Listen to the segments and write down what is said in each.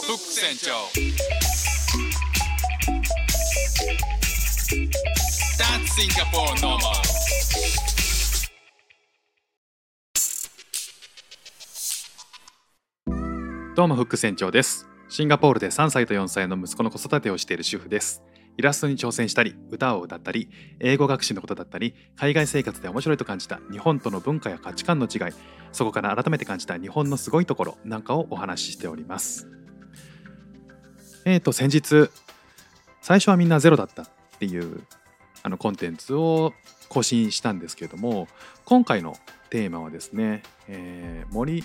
フック船長 That's Singapore normal。 どうもフック船長です。シンガポールで3歳と4歳の息子の子育てをしている主婦です。イラストに挑戦したり、歌を歌ったり、英語学習のことだったり、海外生活で面白いと感じた日本との文化や価値観の違い、そこから改めて感じた日本のすごいところなんかをお話ししております。先日、最初はみんなゼロだったっていうコンテンツを更新したんですけれども、今回のテーマはですね、森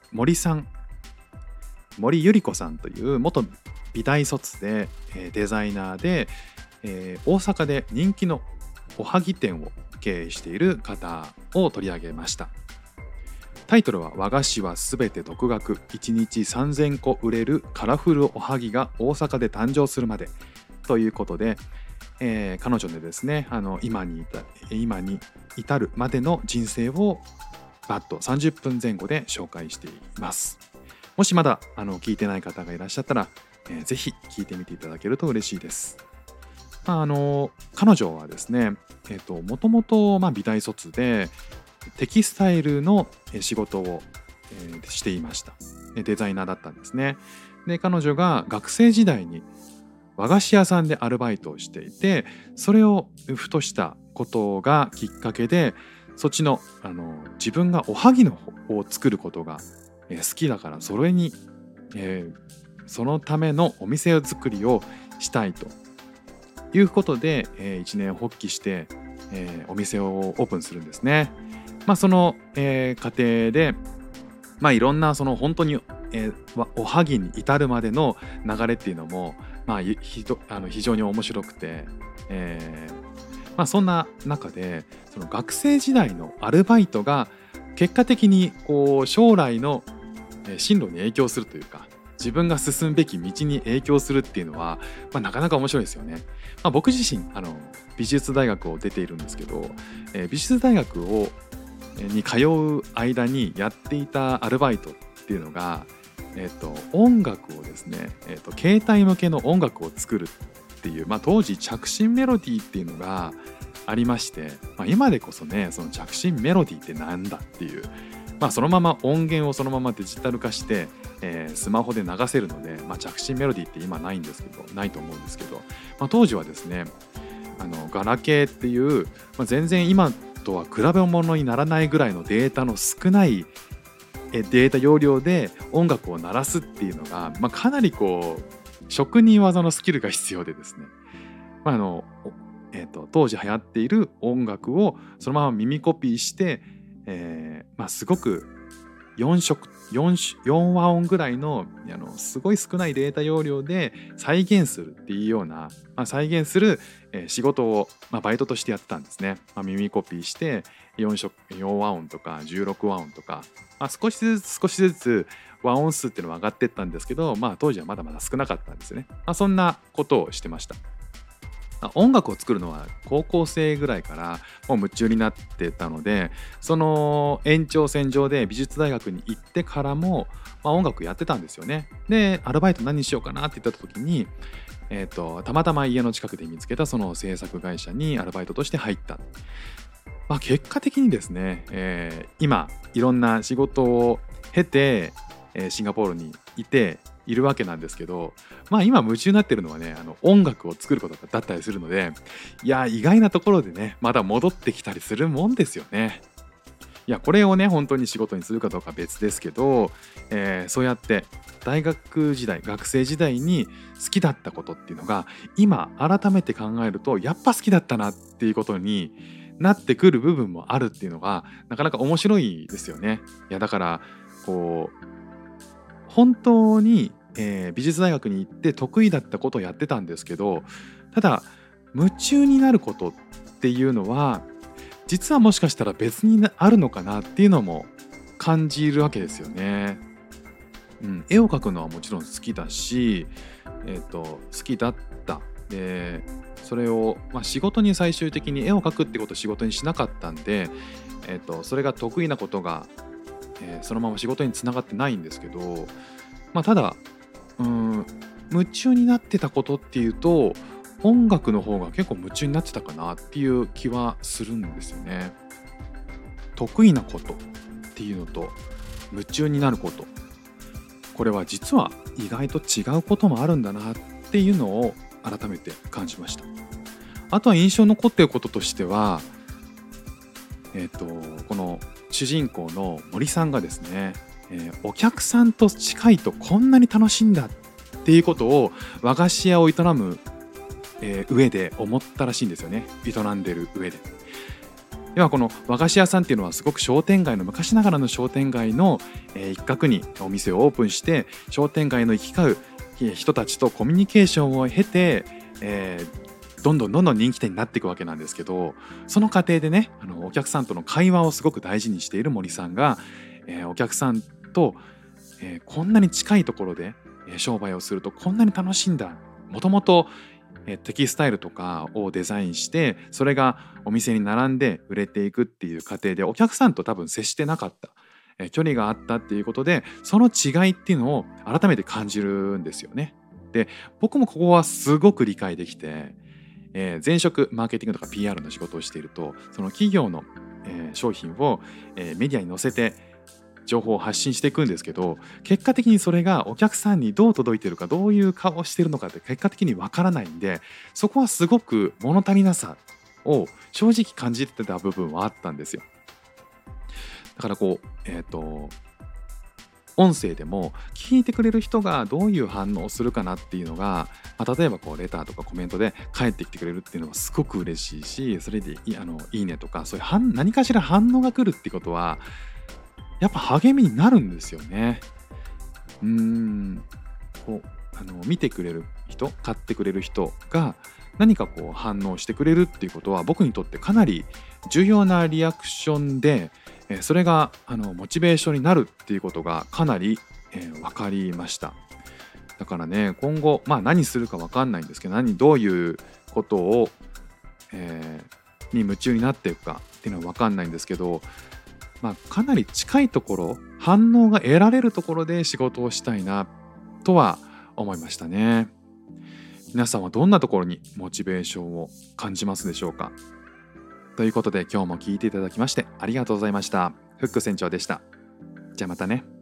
ゆり子さんという元美大卒でデザイナーで、大阪で人気のおはぎ店を経営している方を取り上げました。タイトルは和菓子はすべて独学、1日3000個売れるカラフルおはぎが大阪で誕生するまでということで、彼女でですね、今に至るまでの人生をバッと30分前後で紹介しています。もしまだ聞いてない方がいらっしゃったら、ぜひ聞いてみていただけると嬉しいです。彼女はですね、もともと美大卒でテキスタイルの仕事をしていました。デザイナーだったんですね。で、彼女が学生時代に和菓子屋さんでアルバイトをしていて、それをふとしたことがきっかけで、そっちの、自分がおはぎの方を作ることが好きだから、それに、そのためのお店作りをしたいということで、一年発起して、お店をオープンするんですね。その、過程で、いろんなその本当に、おはぎに至るまでの流れっていうのも、非常に面白くて、そんな中でその学生時代のアルバイトが結果的に将来の進路に影響するというか、自分が進むべき道に影響するっていうのは、なかなか面白いですよね。僕自身美術大学を出ているんですけど、美術大学に通う間にやっていたアルバイトっていうのが、音楽をですね、携帯向けの音楽を作るっていう、当時着信メロディーっていうのがありまして、今でこそね、その着信メロディーってなんだっていう、そのまま音源をそのままデジタル化して、スマホで流せるので、着信メロディーって今ないと思うんですけど、当時はですね、ガラケーっていう、全然今とは比べ物にならないぐらいのデータの少ないデータ容量で音楽を鳴らすっていうのが、かなり職人技のスキルが必要でですね、当時流行っている音楽をそのまま耳コピーして、すごく4和音ぐらいのすごい少ないデータ容量で再現するっていうような、仕事を、バイトとしてやってたんですね。耳コピーして4和音とか16和音とか、少しずつ和音数っていうのは上がっていったんですけど、当時はまだまだ少なかったんですね。そんなことをしてました。音楽を作るのは高校生ぐらいからもう夢中になってたので、その延長線上で美術大学に行ってからも、音楽やってたんですよね。で、アルバイト何しようかなって言った時に、たまたま家の近くで見つけたその制作会社にアルバイトとして入った。結果的にですね、今いろんな仕事を経て、シンガポールにいるわけなんですけど、今夢中になってるのはね、音楽を作ることだったりするので、意外なところでね、まだ戻ってきたりするもんですよね。これをね本当に仕事にするかどうか別ですけど、そうやって学生時代に好きだったことっていうのが今改めて考えるとやっぱ好きだったなっていうことになってくる部分もあるっていうのがなかなか面白いですよね。だから本当に、美術大学に行って得意だったことをやってたんですけど、ただ夢中になることっていうのは実はもしかしたら別にあるのかなっていうのも感じるわけですよね。絵を描くのはもちろん好きだし、好きだった。で、それを、仕事に最終的に絵を描くってことを仕事にしなかったんで、それが得意なことがそのまま仕事につながってないんですけど、ただ夢中になってたことっていうと音楽の方が結構夢中になってたかなっていう気はするんですよね。得意なことっていうのと夢中になること、これは実は意外と違うこともあるんだなっていうのを改めて感じました。あとは印象に残っていることとしては、この主人公の森さんがですね、お客さんと近いとこんなに楽しいんだっていうことを和菓子屋を営む、上で思ったらしいんですよね。営んでる上で。ではこの和菓子屋さんっていうのはすごく商店街の昔ながらの商店街の、一角にお店をオープンして商店街の行き交う人たちとコミュニケーションを経て、どんどん人気店になっていくわけなんですけど、その過程でねお客さんとの会話をすごく大事にしている森さんが、お客さんと、こんなに近いところで、商売をするとこんなに楽しいんだ。もともとテキスタイルとかをデザインしてそれがお店に並んで売れていくっていう過程でお客さんと多分接してなかった、距離があったっていうことでその違いっていうのを改めて感じるんですよね。で僕もここはすごく理解できて、前職マーケティングとか PR の仕事をしているとその企業の、商品を、メディアに載せて情報を発信していくんですけど、結果的にそれがお客さんにどう届いてるかどういう顔をしてるのかって結果的にわからないんで、そこはすごく物足りなさを正直感じてた部分はあったんですよ。だから音声でも聞いてくれる人がどういう反応をするかなっていうのが、例えばレターとかコメントで返ってきてくれるっていうのはすごく嬉しいし、それでいいねとかそういう何かしら反応が来るってことはやっぱ励みになるんですよね。見てくれる人、買ってくれる人が何か反応してくれるっていうことは僕にとってかなり重要なリアクションで、それがモチベーションになるっていうことがかなり、分かりました。だからね今後何するか分かんないんですけどどういうことを、に夢中になっていくかっていうのは分かんないんですけど、かなり近いところ反応が得られるところで仕事をしたいなとは思いましたね。皆さんはどんなところにモチベーションを感じますでしょうか。ということで今日も聞いていただきましてありがとうございました。フック船長でした。じゃあまたね。